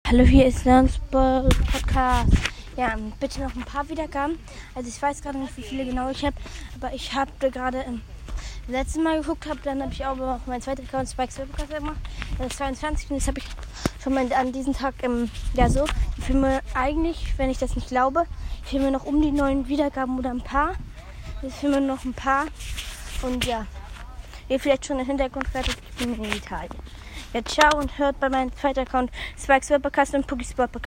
Hallo, hier ist Nerdsport Podcast. Ja, bitte noch ein paar Wiedergaben. Also ich weiß gerade nicht, wie viele genau ich habe, aber ich habe gerade letztes Mal geguckt, dann habe ich auch noch meinen zweiten Account Spikes Podcast gemacht. Das ist 22 und das habe ich schon mal an diesem Tag ich filme eigentlich, wenn ich das nicht glaube, ich filme noch um die 9 Wiedergaben oder ein paar. Ich filme noch ein paar und ja, ihr vielleicht schon im Hintergrund gehört, ich bin in Italien. Ja, ciao und hört bei meinem zweiten Account Spikes Podcast und Pookie Sport Podcast.